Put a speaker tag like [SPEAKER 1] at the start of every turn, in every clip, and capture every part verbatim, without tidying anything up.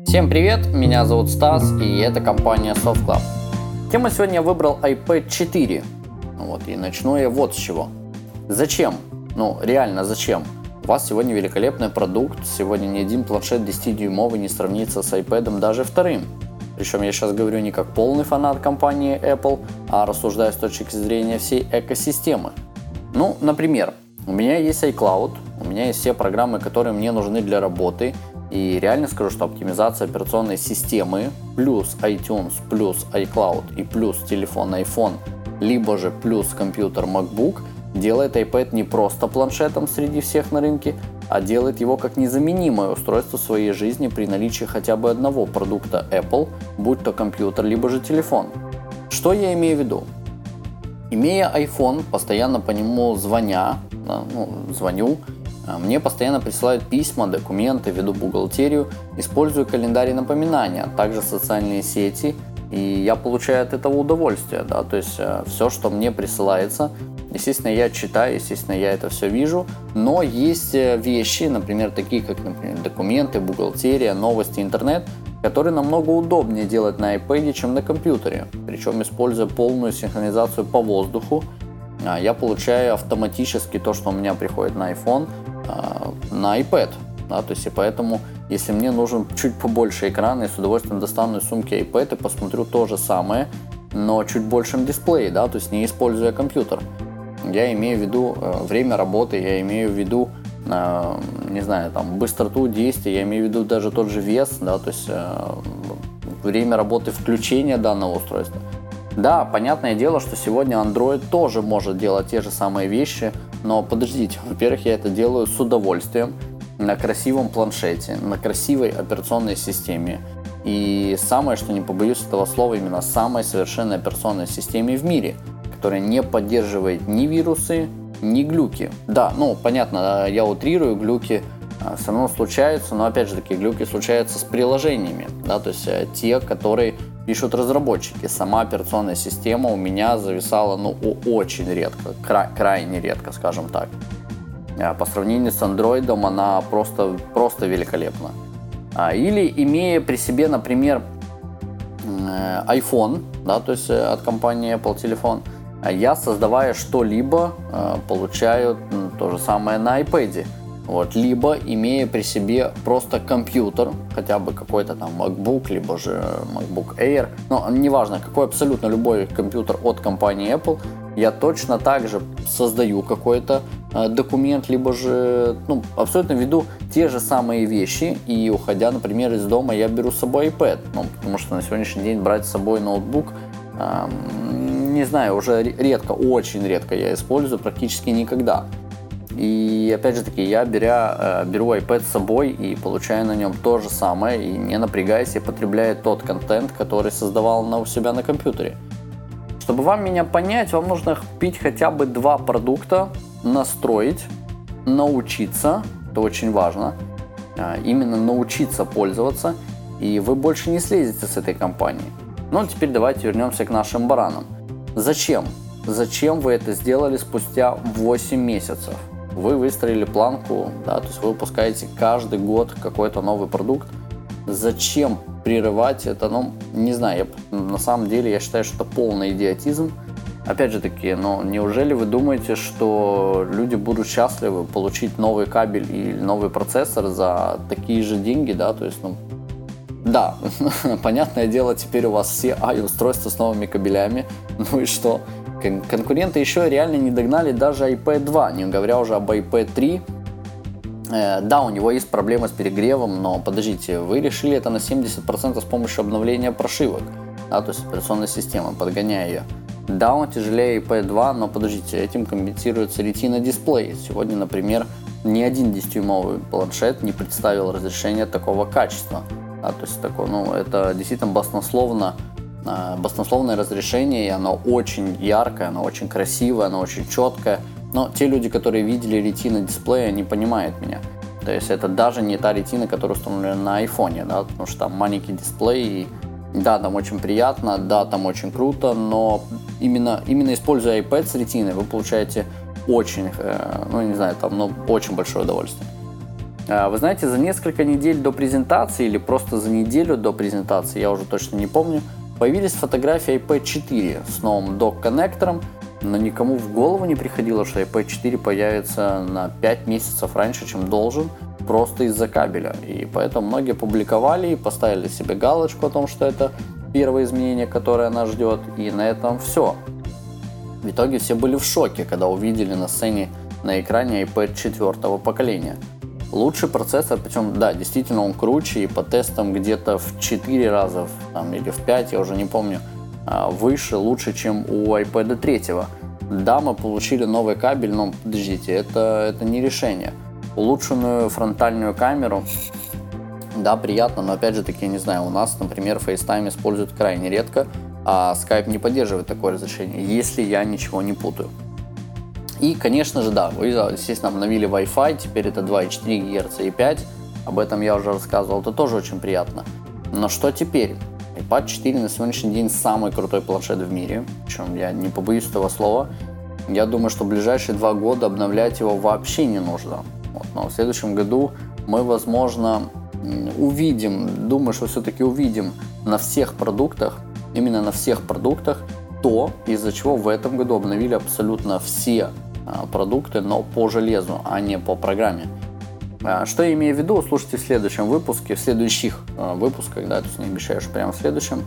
[SPEAKER 1] Всем привет, меня зовут Стас, и это компания SoftClub. Тему сегодня я выбрал iPad четыре. Вот, и начну я вот с чего. Зачем? Ну, реально зачем? У вас сегодня великолепный продукт, сегодня ни один планшет десятидюймовый не сравнится с iPad даже вторым. Причем я сейчас говорю не как полный фанат компании Apple, а рассуждаю с точки зрения всей экосистемы. Ну, например, у меня есть iCloud, у меня есть все программы, которые мне нужны для работы. И реально скажу, что оптимизация операционной системы плюс iTunes, плюс iCloud и плюс телефон iPhone, либо же плюс компьютер MacBook делает iPad не просто планшетом среди всех на рынке, а делает его как незаменимое устройство в своей жизни при наличии хотя бы одного продукта Apple, будь то компьютер, либо же телефон. Что я имею в виду? Имея iPhone, постоянно по нему звоня, ну, звоню, мне постоянно присылают письма, документы, веду бухгалтерию, использую календарь и напоминания, а также социальные сети, и я получаю от этого удовольствие, да, то есть все, что мне присылается, естественно, я читаю, естественно, я это все вижу, но есть вещи, например, такие как, например, документы, бухгалтерия, новости, интернет, которые намного удобнее делать на iPad, чем на компьютере, причем используя полную синхронизацию по воздуху, я получаю автоматически то, что у меня приходит на iPhone, на iPad, да, то есть и поэтому, если мне нужен чуть побольше экрана, я с удовольствием достану из сумки iPad и посмотрю то же самое, но чуть большем дисплее, да, то есть не используя компьютер. Я имею в виду э, время работы, я имею в виду, э, не знаю, там, быстроту действия, я имею в виду даже тот же вес, да, то есть э, время работы включения данного устройства. Да, понятное дело, что сегодня Android тоже может делать те же самые вещи, но подождите, во-первых, я это делаю с удовольствием, на красивом планшете, на красивой операционной системе. И самое, что не побоюсь этого слова, именно самой совершенной операционной системе в мире, которая не поддерживает ни вирусы, ни глюки. Да, ну, понятно, я утрирую, глюки все равно случаются, но опять же таки глюки случаются с приложениями, да, то есть те, которые пишут разработчики. Сама операционная система у меня зависала, ну, очень редко, кра- крайне редко, скажем так. По сравнению с Android она просто, просто великолепна. Или имея при себе, например, iPhone, да, то есть от компании Apple телефон, я, создавая что-либо, получаю то же самое на iPad. Вот, либо имея при себе просто компьютер, хотя бы какой-то там MacBook, либо же MacBook Air, но неважно, какой абсолютно любой компьютер от компании Apple, я точно так же создаю какой-то э, документ, либо же, ну, абсолютно веду те же самые вещи, и уходя, например, из дома, я беру с собой iPad, ну, потому что на сегодняшний день брать с собой ноутбук, э, не знаю, уже редко, очень редко я использую, практически никогда. И опять же таки, я беря, беру iPad с собой и получаю на нем то же самое, и не напрягаясь, я потребляю тот контент, который создавал на, у себя на компьютере. Чтобы вам меня понять, вам нужно купить хотя бы два продукта, настроить, научиться, это очень важно, именно научиться пользоваться, и вы больше не слезете с этой компании. Ну, теперь давайте вернемся к нашим баранам. Зачем? Зачем вы это сделали спустя восемь месяцев? Вы выстроили планку, да, то есть вы выпускаете каждый год какой-то новый продукт. Зачем прерывать это? Ну, не знаю, я, на самом деле я считаю, что это полный идиотизм. Опять же таки, ну, неужели вы думаете, что люди будут счастливы получить новый кабель и новый процессор за такие же деньги, да, то есть, ну, да, понятное дело, теперь у вас все ай-устройства с новыми кабелями, ну и что? Конкуренты еще реально не догнали даже iPad два, не говоря уже об iPad три. Э, да, у него есть проблемы с перегревом, но подождите, вы решили это на семьдесят процентов с помощью обновления прошивок, да, то есть операционной системы, подгоняя ее. Да, он тяжелее iPad два, но подождите, этим компенсируется Retina дисплей. Сегодня, например, ни один десятидюймовый планшет не представил разрешение такого качества. Да, то есть такое, ну, это действительно баснословно. баснословное разрешение, и оно очень яркое, оно очень красивое, оно очень четкое. Но те люди, которые видели Retina дисплей, они понимают меня. То есть это даже не та Retina, которая установлена на iPhone, да, потому что там маленький дисплей, и да, там очень приятно, да, там очень круто, но именно, именно используя iPad с Retina, вы получаете очень, ну не знаю, там, ну, очень большое удовольствие. Вы знаете, за несколько недель до презентации или просто за неделю до презентации, я уже точно не помню, появились фотографии ай пэд четыре с новым док-коннектором, но никому в голову не приходило, что ай пэд четыре появится на пять месяцев раньше, чем должен, просто из-за кабеля. И поэтому многие публиковали и поставили себе галочку о том, что это первое изменение, которое нас ждет, и на этом все. В итоге все были в шоке, когда увидели на сцене на экране ай пэд четвертого поколения. Лучший процессор, причем, да, действительно он круче, и по тестам где-то в четыре раза там, или в пять, я уже не помню, выше, лучше, чем у ай пэд три. Да, мы получили новый кабель, но подождите, это, это не решение. Улучшенную фронтальную камеру, да, приятно, но опять же таки, не знаю, у нас, например, FaceTime используют крайне редко, а Skype не поддерживает такое разрешение, если я ничего не путаю. И, конечно же, да, вы, естественно, обновили Wi-Fi, теперь это два и четыре гигагерца и пять, об этом я уже рассказывал, это тоже очень приятно. Но что теперь? iPad четыре на сегодняшний день самый крутой планшет в мире, причем я не побоюсь этого слова. Я думаю, что в ближайшие два года обновлять его вообще не нужно. Вот. Но в следующем году мы, возможно, увидим, думаю, что все-таки увидим на всех продуктах, именно на всех продуктах, то, из-за чего в этом году обновили абсолютно все продукты, но по железу, а не по программе. Что я имею в виду, слушайте в следующем выпуске, в следующих выпусках, да, то есть не обещаю, что прямо в следующем.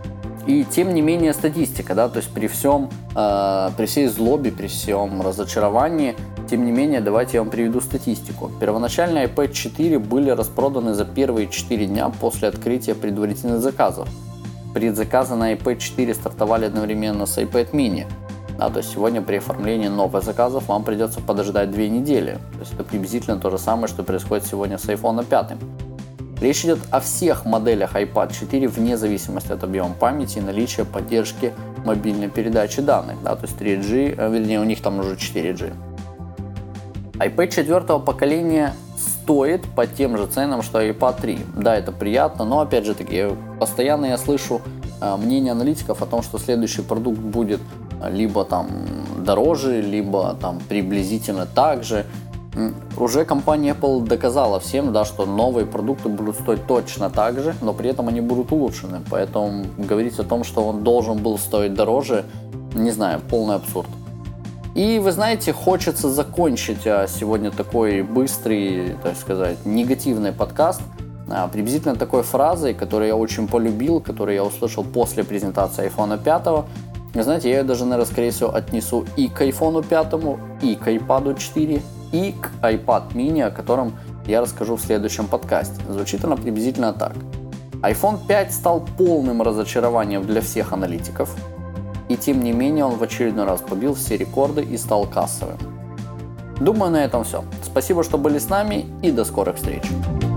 [SPEAKER 1] И тем не менее статистика, да, то есть при всем, э, при всей злобе, при всем разочаровании, тем не менее, давайте я вам приведу статистику. Первоначально ай пэд четыре были распроданы за первые четыре дня после открытия предварительных заказов. Предзаказы на ай пэд четыре стартовали одновременно с iPad mini. Да, то есть сегодня при оформлении новых заказов вам придется подождать две недели. То есть это приблизительно то же самое, что происходит сегодня с iPhone пять. Речь идет о всех моделях iPad четыре вне зависимости от объема памяти и наличия поддержки мобильной передачи данных. Да, то есть три джи, вернее у них там уже четыре джи. ай пэд четвертого поколения стоит по тем же ценам, что iPad три. Да, это приятно, но опять же таки, постоянно я слышу э, мнение аналитиков о том, что следующий продукт будет либо там дороже, либо там приблизительно так же. Уже компания Apple доказала всем, да, что новые продукты будут стоить точно так же, но при этом они будут улучшены. Поэтому говорить о том, что он должен был стоить дороже, не знаю, полный абсурд. И вы знаете, хочется закончить сегодня такой быстрый, так сказать, негативный подкаст приблизительно такой фразой, которую я очень полюбил, которую я услышал после презентации iPhone пять. Вы знаете, я ее даже, наверное, скорее всего, отнесу и к iPhone пять, и к iPad четыре, и к iPad mini, о котором я расскажу в следующем подкасте. Звучит она приблизительно так. iPhone пять стал полным разочарованием для всех аналитиков, и тем не менее он в очередной раз побил все рекорды и стал кассовым. Думаю, на этом все. Спасибо, что были с нами, и до скорых встреч.